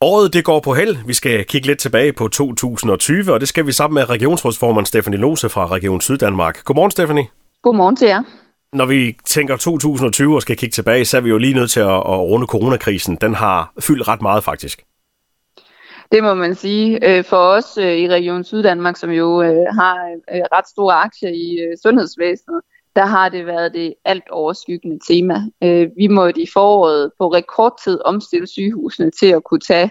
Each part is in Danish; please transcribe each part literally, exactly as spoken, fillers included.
Året det går på held. Vi skal kigge lidt tilbage på to tusind og tyve, og det skal vi sammen med regionsrådsformand Stephanie Lose fra Region Syddanmark. Godmorgen, Stephanie. Godmorgen til jer. Når vi tænker to tusind og tyve og skal kigge tilbage, så er vi jo lige nødt til at, at runde coronakrisen. Den har fyldt ret meget faktisk. Det må man sige. For os i Region Syddanmark, som jo har ret store aktier i sundhedsvæsenet, der har det været det alt overskyggende tema. Vi måtte i foråret på rekordtid omstille sygehusene til at kunne tage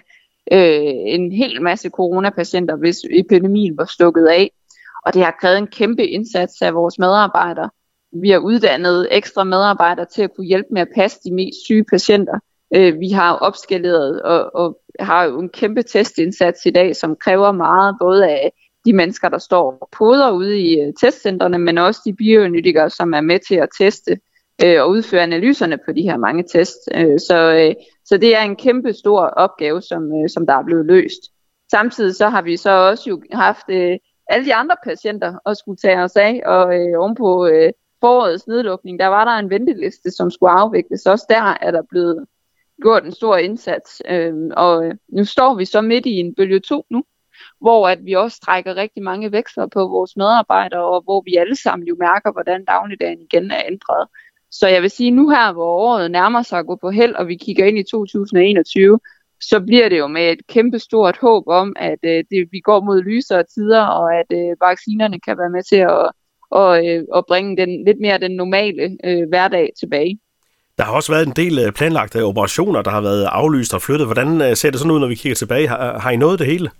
en hel masse coronapatienter, hvis epidemien var stukket af. Og det har krævet en kæmpe indsats af vores medarbejdere. Vi har uddannet ekstra medarbejdere til at kunne hjælpe med at passe de mest syge patienter. Vi har opskaleret og, og har jo en kæmpe testindsats i dag, som kræver meget både af de mennesker, der står og poder ude i testcentrene, men også de bioanalytikere, som er med til at teste øh, og udføre analyserne på de her mange test. Øh, så, øh, så det er en kæmpe stor opgave, som, øh, som der er blevet løst. Samtidig så har vi så også jo haft øh, alle de andre patienter at skulle tage os af, og øh, ovenpå øh, forårets nedlukning, der var der en venteliste, som skulle afvikles. Også der er der blevet gjort en stor indsats, øh, og nu står vi så midt i en bølge to nu, hvor at vi også trækker rigtig mange veksler på vores medarbejdere, og hvor vi alle sammen jo mærker, hvordan dagligdagen igen er ændret. Så jeg vil sige, nu her, hvor året nærmer sig at gå på held, og vi kigger ind i to tusind og enogtyve, så bliver det jo med et kæmpe stort håb om, at øh, det, vi går mod lysere tider, og at øh, vaccinerne kan være med til at, og, øh, at bringe den, lidt mere den normale øh, hverdag tilbage. Der har også været en del planlagte operationer, der har været aflyst og flyttet. Hvordan ser det sådan ud, når vi kigger tilbage? Har, har I nået det hele?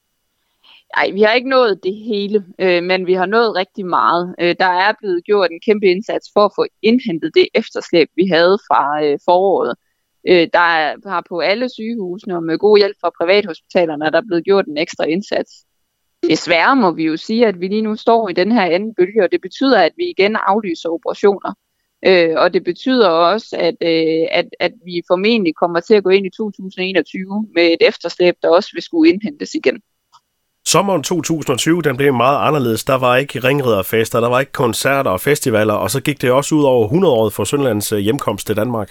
Nej, vi har ikke nået det hele, øh, men vi har nået rigtig meget. Øh, der er blevet gjort en kæmpe indsats for at få indhentet det efterslæb, vi havde fra øh, foråret. Øh, der er, har på alle sygehusene og med god hjælp fra privathospitalerne, der er blevet gjort en ekstra indsats. Desværre må vi jo sige, at vi lige nu står i den her anden bølge, og det betyder, at vi igen aflyser operationer. Øh, og det betyder også, at, øh, at, at vi formentlig kommer til at gå ind i to tusind og enogtyve med et efterslæb, der også vil skulle indhentes igen. Sommeren to tusind og tyve, den blev meget anderledes. Der var ikke ringriderfester, der var ikke koncerter og festivaler, og så gik det også ud over hundrede-året for Sønderlands hjemkomst til Danmark.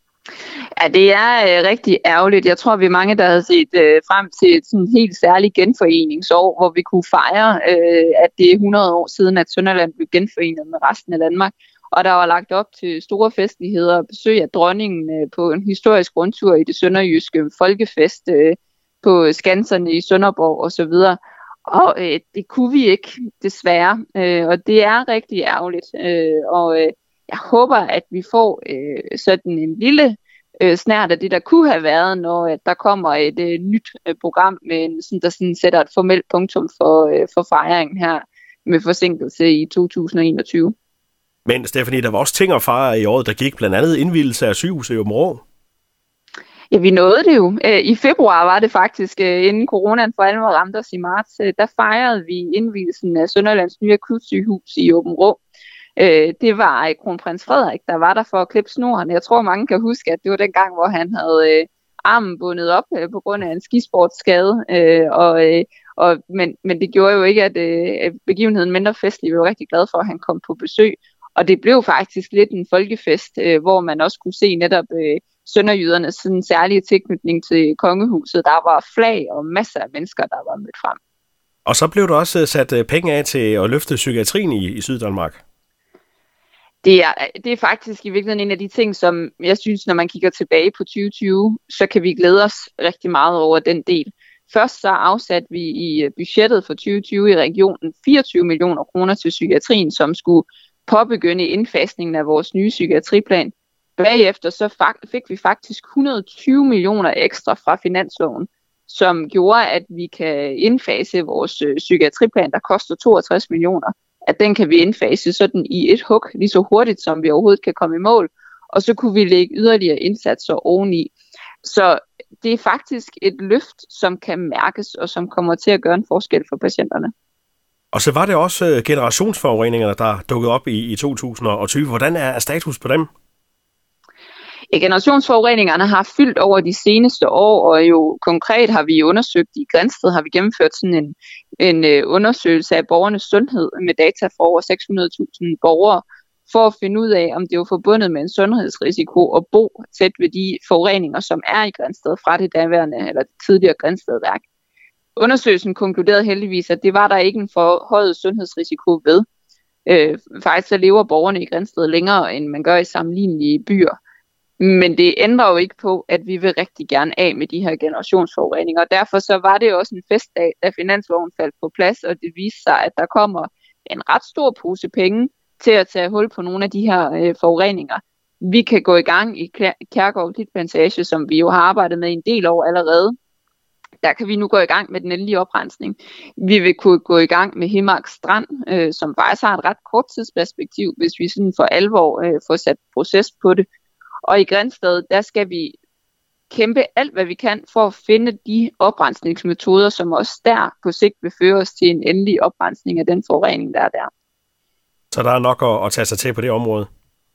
Ja, det er øh, rigtig ærgerligt. Jeg tror, vi er mange, der havde set øh, frem til et sådan helt særligt genforeningsår, hvor vi kunne fejre, øh, at det er hundrede år siden, at Sønderland blev genforenet med resten af Danmark. Og der var lagt op til store festligheder og besøg af dronningen øh, på en historisk rundtur i det sønderjyske folkefest øh, på skanserne i Sønderborg osv. Og øh, det kunne vi ikke, desværre. Øh, og det er rigtig ærgerligt. Øh, og øh, jeg håber, at vi får øh, sådan en lille øh, snert af det, der kunne have været, når øh, der kommer et øh, nyt øh, program, med en, sådan, der sådan sætter et formelt punktum for, øh, for fejringen her med forsinkelse i to tusind og enogtyve. Men Stephanie, der var også ting at fejre i året, der gik blandt andet indvielse af sygehuset i Aabenraa. Ja, vi nåede det jo. I februar var det faktisk, inden coronaen for alvor ramte os i marts, der fejrede vi indvielsen af Sønderlands nye akutsygehus i Aabenraa. Det var kronprins Frederik, der var der for at klippe snoren. Jeg tror, mange kan huske, at det var den gang, hvor han havde armen bundet op på grund af en skisportsskade. Og, og, men, men det gjorde jo ikke, at begivenheden mindre festlig. Vi var rigtig glade for, at han kom på besøg. Og det blev faktisk lidt en folkefest, hvor man også kunne se netop sønderjydernes sådan særlige tilknytning til kongehuset. Der var flag og masser af mennesker, der var mødt frem. Og så blev der også sat penge af til at løfte psykiatrien i, i Syddanmark. Det er, det er faktisk i virkeligheden en af de ting, som jeg synes, når man kigger tilbage på tyve tyve, så kan vi glæde os rigtig meget over den del. Først så afsatte vi i budgettet for tyve tyve i regionen fireogtyve millioner kroner til psykiatrien, som skulle påbegynde indfasningen af vores nye psykiatriplan. Bagefter så fik vi faktisk et hundrede og tyve millioner ekstra fra finansloven, som gjorde, at vi kan indfase vores psykiatriplan, der koster toogtres millioner. At den kan vi indfase sådan i et hug, lige så hurtigt, som vi overhovedet kan komme i mål. Og så kunne vi lægge yderligere indsatser oveni. Så det er faktisk et løft, som kan mærkes, og som kommer til at gøre en forskel for patienterne. Og så var det også generationsforureningerne, der dukkede op i, i to tusind og tyve. Hvordan er status på dem? Ja, generationsforureningerne har fyldt over de seneste år, og jo konkret har vi undersøgt i Grindsted, har vi gennemført sådan en, en undersøgelse af borgernes sundhed med data for over seks hundrede tusind borgere, for at finde ud af, om det var forbundet med en sundhedsrisiko at bo tæt ved de forureninger, som er i Grindsted fra det daværende eller det tidligere Grindstedværk. Undersøgelsen konkluderede heldigvis, at det var der ikke en forhøjet sundhedsrisiko ved. Øh, faktisk så lever borgerne i Grindsted længere, end man gør i sammenlignelige byer. Men det ændrer jo ikke på, at vi vil rigtig gerne af med de her generationsforureninger. Og derfor så var det også en festdag, da finansloven faldt på plads, og det viste sig, at der kommer en ret stor pose penge til at tage hul på nogle af de her øh, forureninger. Vi kan gå i gang i Kærgård Klitplantage, som vi jo har arbejdet med i en del år allerede. Der kan vi nu gå i gang med den endelige oprensning. Vi vil kunne gå i gang med Himmark Strand, øh, som faktisk har et ret kort tidsperspektiv, hvis vi sådan for alvor øh, får sat proces på det. Og i Grindsted, der skal vi kæmpe alt, hvad vi kan, for at finde de oprensningsmetoder, som også der på sigt vil føre os til en endelig oprensning af den forurening, der er der. Så der er nok at, at tage sig til på det område?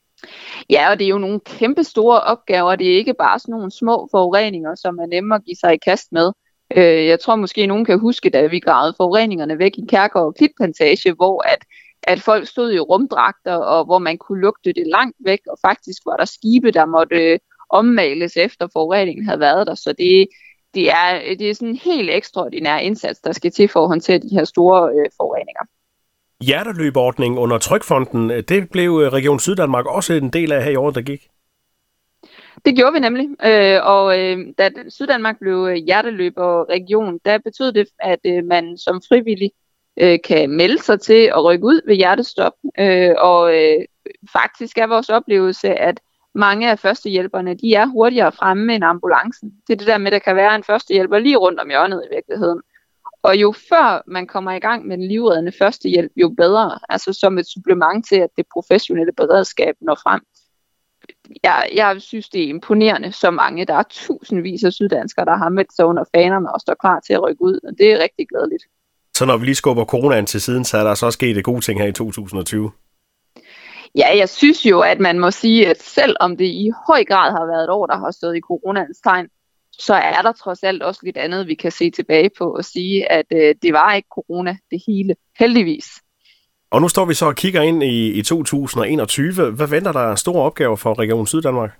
Ja, og det er jo nogle kæmpe store opgaver. Det er ikke bare sådan nogle små forureninger, som er nemme at give sig i kast med. Jeg tror måske, nogen kan huske, da vi gravede forureningerne væk i Kærgård Klitplantage, hvor at, at folk stod i rumdragter, og hvor man kunne lugte det langt væk, og faktisk var der skibe, der måtte ommales efter forureningen havde været der. Så det, det, er, det er sådan en helt ekstraordinær indsats, der skal til for at håndtere de her store øh, forureninger. Hjerteløbordningen under Trygfonden, det blev Region Syddanmark også en del af her i året, der gik? Det gjorde vi nemlig, øh, og øh, da Syddanmark blev hjerteløberregion, der betød det, at øh, man som frivillig øh, kan melde sig til at rykke ud ved hjertestop, øh, og øh, faktisk er vores oplevelse, at mange af førstehjælperne, de er hurtigere fremme med en ambulancen. Det er det der med, at der kan være en førstehjælper lige rundt om hjørnet i virkeligheden. Og jo før man kommer i gang med den livreddende førstehjælp, jo bedre, altså som et supplement til, at det professionelle beredskab når frem. Jeg, jeg synes, det er imponerende, så mange. Der er tusindvis af syddanskere, der har mødt sig under fanerne og står klar til at rykke ud, og det er rigtig glædeligt. Så når vi lige skubber coronaen til siden, så er der så også sket gode ting her i to tusind og tyve? Ja, jeg synes jo, at man må sige, at selvom det i høj grad har været et år, der har stået i coronaens tegn, så er der trods alt også lidt andet, vi kan se tilbage på og sige, at øh, det var ikke corona det hele, heldigvis. Og nu står vi så og kigger ind i, i to tusind og enogtyve. Hvad venter der store opgaver for Region Syddanmark?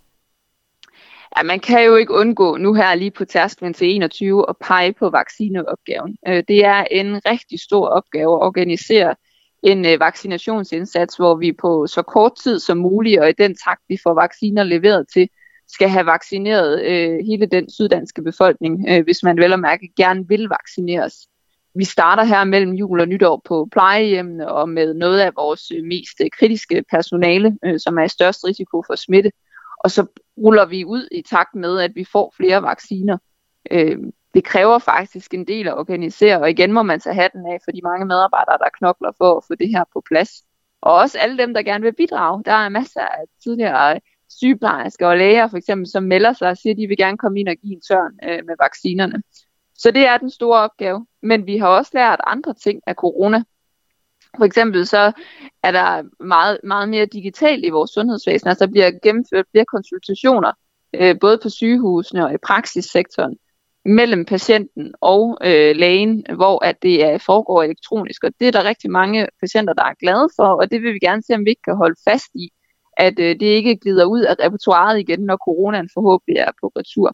Ja, man kan jo ikke undgå nu her lige på tærsklen til enogtyve at pege på vaccineopgaven. Det er en rigtig stor opgave at organisere en vaccinationsindsats, hvor vi på så kort tid som muligt og i den takt, vi får vacciner leveret til, skal have vaccineret øh, hele den syddanske befolkning, øh, hvis man vel og mærke gerne vil vaccineres. Vi starter her mellem jul og nytår på plejehjemmene og med noget af vores mest kritiske personale, øh, som er i størst risiko for smitte. Og så ruller vi ud i takt med, at vi får flere vacciner. Øh, det kræver faktisk en del at organisere, og igen må man tage hatten af for de mange medarbejdere, der knokler for at få det her på plads. Og også alle dem, der gerne vil bidrage. Der er masser af tidligere sygeplejersker og læger, for eksempel, som melder sig og siger, at de vil gerne komme ind og give en tørn øh, med vaccinerne. Så det er den store opgave. Men vi har også lært andre ting af corona. For eksempel så er der meget, meget mere digitalt i vores sundhedsvæsen. Altså der bliver gennemført flere konsultationer, øh, både på sygehusene og i praksissektoren, mellem patienten og øh, lægen, hvor at det er, foregår elektronisk. Og det er der rigtig mange patienter, der er glade for, og det vil vi gerne se, om vi ikke kan holde fast i, at øh, det ikke glider ud af repertoiret igen, når coronaen forhåbentlig er på retur.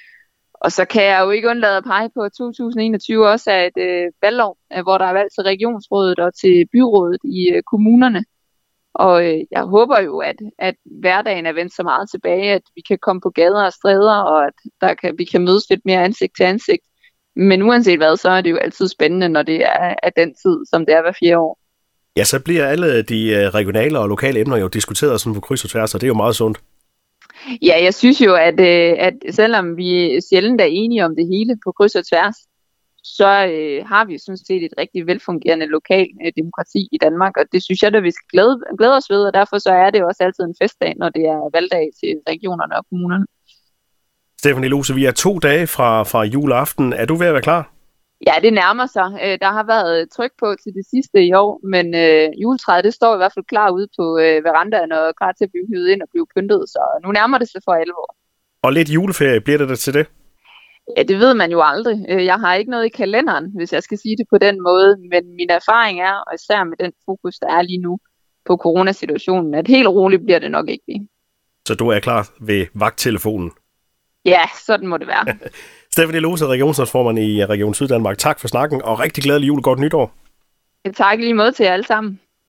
Og så kan jeg jo ikke undlade at pege på, at to tusind og enogtyve også er et øh, valgår, hvor der er valgt til regionsrådet og til byrådet i øh, kommunerne. Og øh, jeg håber jo, at, at hverdagen er vendt så meget tilbage, at vi kan komme på gader og stræder, og at der kan, vi kan mødes lidt mere ansigt til ansigt. Men uanset hvad, så er det jo altid spændende, når det er af den tid, som det er hver fire år. Ja, så bliver alle de regionale og lokale emner jo diskuteret sådan på kryds og tværs, og det er jo meget sundt. Ja, jeg synes jo, at, at selvom vi sjældent er enige om det hele på kryds og tværs, så øh, har vi sådan set et rigtig velfungerende lokal øh, demokrati i Danmark, og det synes jeg, at vi skal glæde, glæde os ved, og derfor så er det jo også altid en festdag, når det er valgdag til regionerne og kommunerne. Stephanie Lohse, vi er to dage fra, fra juleaften. Er du ved at være klar? Ja, det nærmer sig. Der har været tryk på til det sidste i år, men øh, juletræet det står i hvert fald klar ude på øh, verandaen og klar til at blive hyvet ind og blive pyntet, så nu nærmer det sig for alvor. Og lidt juleferie, bliver det der til det? Ja, det ved man jo aldrig. Jeg har ikke noget i kalenderen, hvis jeg skal sige det på den måde, men min erfaring er, og især med den fokus, der er lige nu, på coronasituationen, at helt roligt bliver det nok ikke blive. Så du er klar ved vagttelefonen? Ja, sådan må det være. Stephanie Lohse, regionsrådsformand i Region Syddanmark. Tak for snakken, og rigtig glædelig jul og godt nytår. Tak lige måde til jer alle sammen.